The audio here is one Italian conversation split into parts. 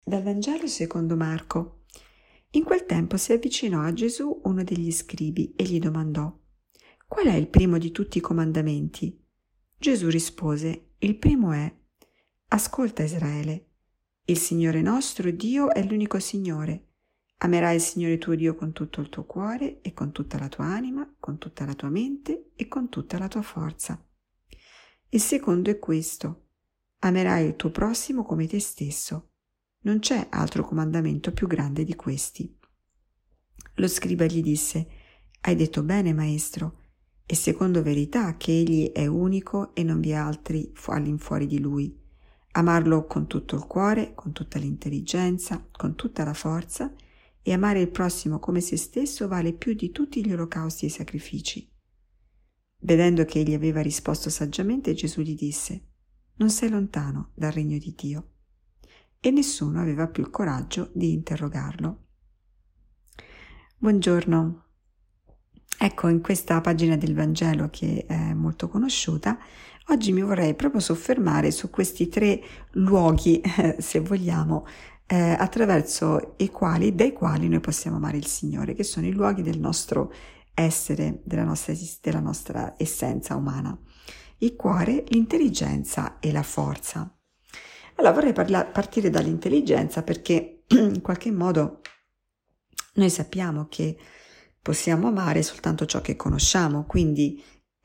Dal Vangelo secondo Marco. In quel tempo si avvicinò a Gesù uno degli scribi e gli domandò: «Qual è il primo di tutti i comandamenti?» Gesù rispose: «Il primo è: Ascolta Israele, il Signore nostro Dio è l'unico Signore. Amerai il Signore tuo Dio con tutto il tuo cuore e con tutta la tua anima, con tutta la tua mente e con tutta la tua forza. Il secondo è questo: amerai il tuo prossimo come te stesso. Non c'è altro comandamento più grande di questi». Lo scriba gli disse: «Hai detto bene, maestro, e secondo verità che egli è unico e non vi è altri all'infuori di lui. Amarlo con tutto il cuore, con tutta l'intelligenza, con tutta la forza, e amare il prossimo come se stesso vale più di tutti gli olocausti e i sacrifici». Vedendo che egli aveva risposto saggiamente, Gesù gli disse: «Non sei lontano dal regno di Dio». E nessuno aveva più il coraggio di interrogarlo. Buongiorno. Ecco, in questa pagina del Vangelo che è molto conosciuta, oggi mi vorrei proprio soffermare su questi tre luoghi, se vogliamo, attraverso dai quali noi possiamo amare il Signore, che sono i luoghi del nostro essere, della nostra essenza umana: il cuore, l'intelligenza e la forza. Allora vorrei partire dall'intelligenza, perché in qualche modo noi sappiamo che possiamo amare soltanto ciò che conosciamo, quindi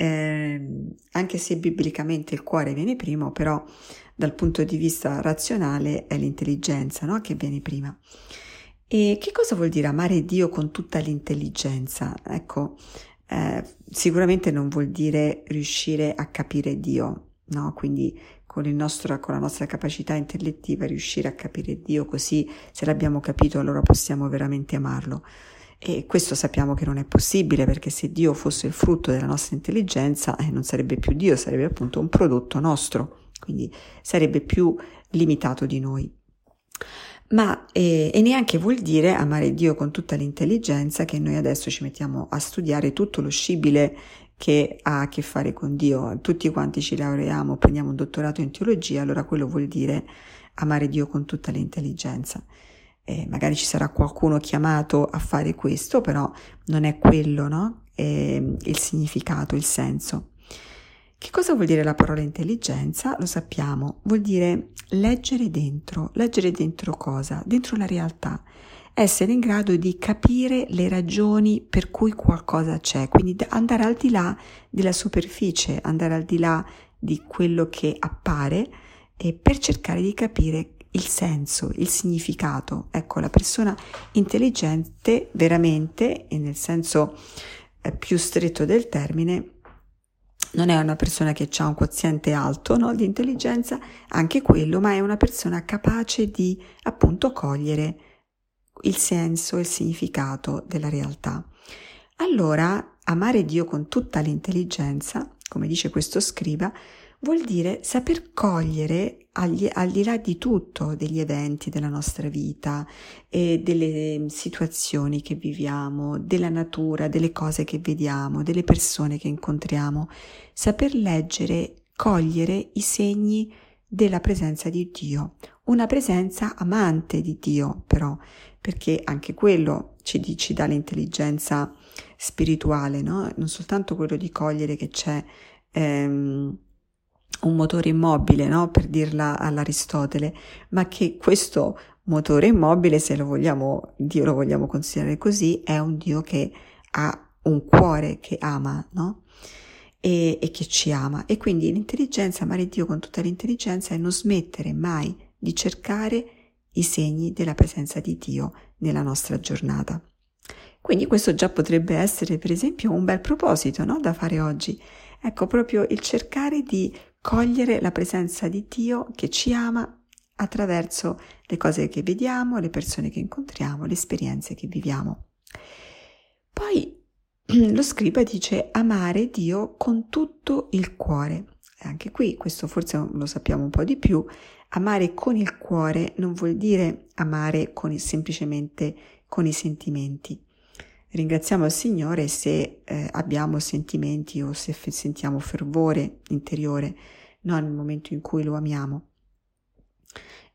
anche se biblicamente il cuore viene primo, però dal punto di vista razionale è l'intelligenza, no? Che viene prima. E che cosa vuol dire amare Dio con tutta l'intelligenza? Ecco, sicuramente non vuol dire riuscire a capire Dio, no? Quindi con la nostra capacità intellettiva riuscire a capire Dio, così se l'abbiamo capito allora possiamo veramente amarlo. E questo sappiamo che non è possibile, perché se Dio fosse il frutto della nostra intelligenza non sarebbe più Dio, sarebbe appunto un prodotto nostro, quindi sarebbe più limitato di noi. Ma neanche vuol dire amare Dio con tutta l'intelligenza che noi adesso ci mettiamo a studiare tutto lo scibile che ha a che fare con Dio. Tutti quanti ci laureiamo, prendiamo un dottorato in teologia, allora quello vuol dire amare Dio con tutta l'intelligenza. Magari ci sarà qualcuno chiamato a fare questo, però non è quello, no? Il significato, il senso. Che cosa vuol dire la parola intelligenza? Lo sappiamo, vuol dire leggere dentro cosa? Dentro la realtà, essere in grado di capire le ragioni per cui qualcosa c'è, quindi andare al di là della superficie, andare al di là di quello che appare, per cercare di capire il senso, il significato. Ecco, la persona intelligente veramente, e nel senso più stretto del termine, non è una persona che ha un quoziente alto, no, di intelligenza, anche quello, ma è una persona capace di appunto cogliere il senso e il significato della realtà. Allora, amare Dio con tutta l'intelligenza, come dice questo scriba, vuol dire saper cogliere al di là di tutto, degli eventi della nostra vita e delle situazioni che viviamo, della natura, delle cose che vediamo, delle persone che incontriamo, saper leggere, cogliere i segni della presenza di Dio, una presenza amante di Dio però, perché anche quello ci dà l'intelligenza spirituale, no? Non soltanto quello di cogliere che c'è un motore immobile, no? Per dirla all'Aristotele, ma che questo motore immobile, se Dio lo vogliamo considerare così, è un Dio che ha un cuore che ama, no? E che ci ama. E quindi l'intelligenza, amare Dio con tutta l'intelligenza, è non smettere mai di cercare i segni della presenza di Dio nella nostra giornata. Quindi questo già potrebbe essere, per esempio, un bel proposito, no? Da fare oggi. Ecco, proprio il cercare di cogliere la presenza di Dio che ci ama attraverso le cose che vediamo, le persone che incontriamo, le esperienze che viviamo. Poi lo scriba dice amare Dio con tutto il cuore. Anche qui, questo forse lo sappiamo un po' di più, amare con il cuore non vuol dire amare semplicemente con i sentimenti. Ringraziamo il Signore se abbiamo sentimenti o se sentiamo fervore interiore, no, nel momento in cui lo amiamo.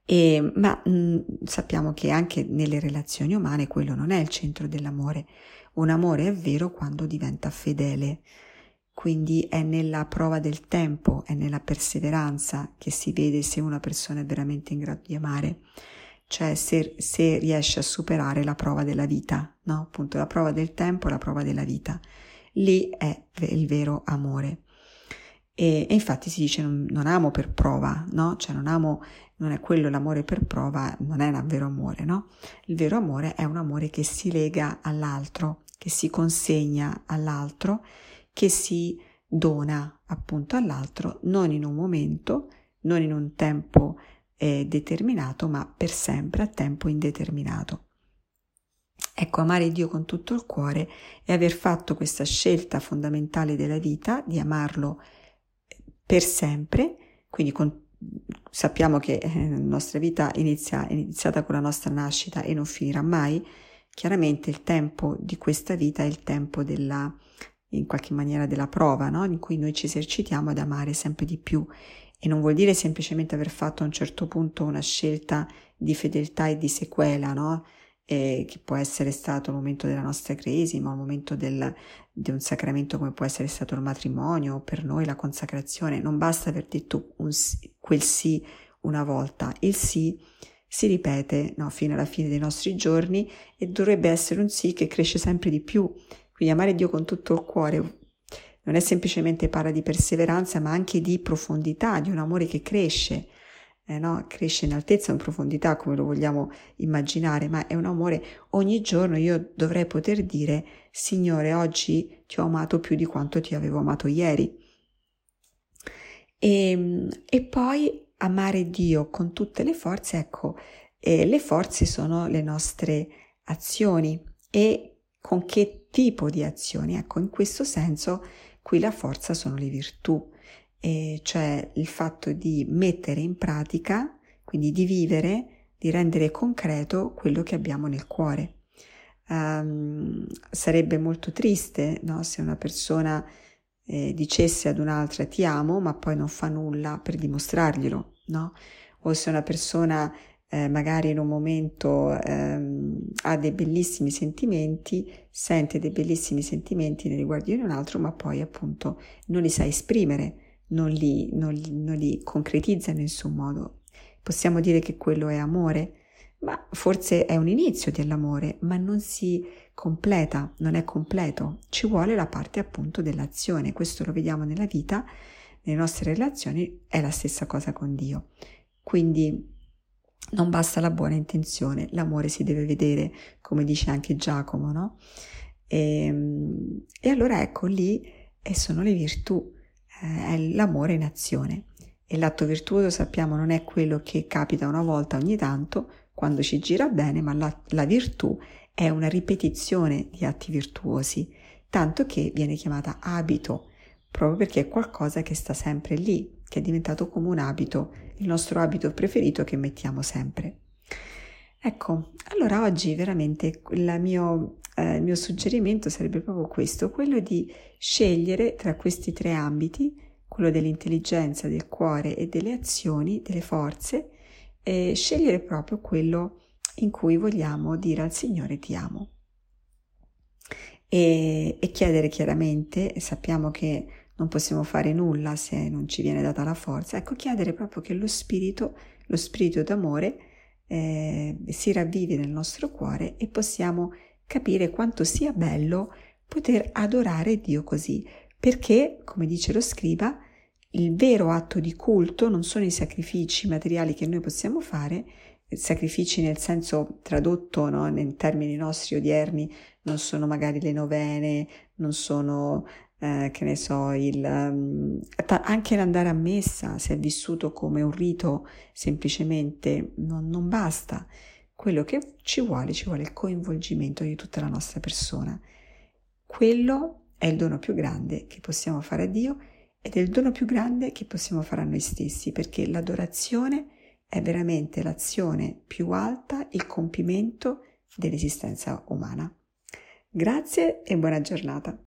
Ma sappiamo che anche nelle relazioni umane quello non è il centro dell'amore. Un amore è vero quando diventa fedele, quindi è nella prova del tempo, è nella perseveranza che si vede se una persona è veramente in grado di amare, cioè se riesce a superare la prova della vita, no? Appunto la prova del tempo, la prova della vita. Lì è il vero amore. E infatti si dice non amo per prova, no? Cioè non è quello l'amore per prova, non è un vero amore, no? Il vero amore è un amore che si lega all'altro, che si consegna all'altro, che si dona appunto all'altro, non in un momento, non in un tempo determinato, ma per sempre a tempo indeterminato. Ecco, amare Dio con tutto il cuore è aver fatto questa scelta fondamentale della vita di amarlo per sempre, quindi sappiamo che la nostra vita è iniziata con la nostra nascita e non finirà mai. Chiaramente il tempo di questa vita è il tempo in qualche maniera della prova, no? In cui noi ci esercitiamo ad amare sempre di più, e non vuol dire semplicemente aver fatto a un certo punto una scelta di fedeltà e di sequela, no? Che può essere stato il momento della nostra cresima, il momento di un sacramento come può essere stato il matrimonio, o per noi la consacrazione. Non basta aver detto quel sì una volta, il sì si ripete, no, fino alla fine dei nostri giorni, e dovrebbe essere un sì che cresce sempre di più. Quindi amare Dio con tutto il cuore non è semplicemente parla di perseveranza, ma anche di profondità, di un amore che cresce. No? Cresce in altezza, in profondità, come lo vogliamo immaginare, ma è un amore. Ogni giorno io dovrei poter dire: Signore, oggi ti ho amato più di quanto ti avevo amato ieri. E poi amare Dio con tutte le forze, ecco, le forze sono le nostre azioni. E con che tipo di azioni? Ecco, in questo senso qui la forza sono le virtù. Cioè il fatto di mettere in pratica, quindi di vivere, di rendere concreto quello che abbiamo nel cuore. Sarebbe molto triste, no? Se una persona dicesse ad un'altra ti amo, ma poi non fa nulla per dimostrarglielo, no? O se una persona magari in un momento ha dei bellissimi sentimenti, sente dei bellissimi sentimenti nei riguardi di un altro, ma poi appunto non li sa esprimere, non li concretizza in nessun modo. Possiamo dire che quello è amore? Ma forse è un inizio dell'amore, ma non si completa, non è completo. Ci vuole la parte appunto dell'azione. Questo lo vediamo nella vita, nelle nostre relazioni, è la stessa cosa con Dio. Quindi non basta la buona intenzione, l'amore si deve vedere, come dice anche Giacomo, no? E allora ecco, lì sono le virtù. È l'amore in azione, e l'atto virtuoso sappiamo non è quello che capita una volta ogni tanto quando ci gira bene, ma la virtù è una ripetizione di atti virtuosi, tanto che viene chiamata abito, proprio perché è qualcosa che sta sempre lì, che è diventato come un abito, il nostro abito preferito che mettiamo sempre. Ecco, allora oggi veramente il mio suggerimento sarebbe proprio questo, quello di scegliere tra questi tre ambiti, quello dell'intelligenza, del cuore e delle azioni, delle forze, scegliere proprio quello in cui vogliamo dire al Signore ti amo. E chiedere chiaramente, sappiamo che non possiamo fare nulla se non ci viene data la forza, ecco, chiedere proprio che lo spirito d'amore si ravvivi nel nostro cuore e possiamo capire quanto sia bello poter adorare Dio così, perché, come dice lo scriba, il vero atto di culto non sono i sacrifici materiali che noi possiamo fare, sacrifici nel senso tradotto, no, in termini nostri odierni, non sono magari le novene, non sono che ne so, anche l'andare a messa, se è vissuto come un rito semplicemente, non basta. Quello che ci vuole il coinvolgimento di tutta la nostra persona. Quello è il dono più grande che possiamo fare a Dio, ed è il dono più grande che possiamo fare a noi stessi, perché l'adorazione è veramente l'azione più alta, il compimento dell'esistenza umana. Grazie e buona giornata.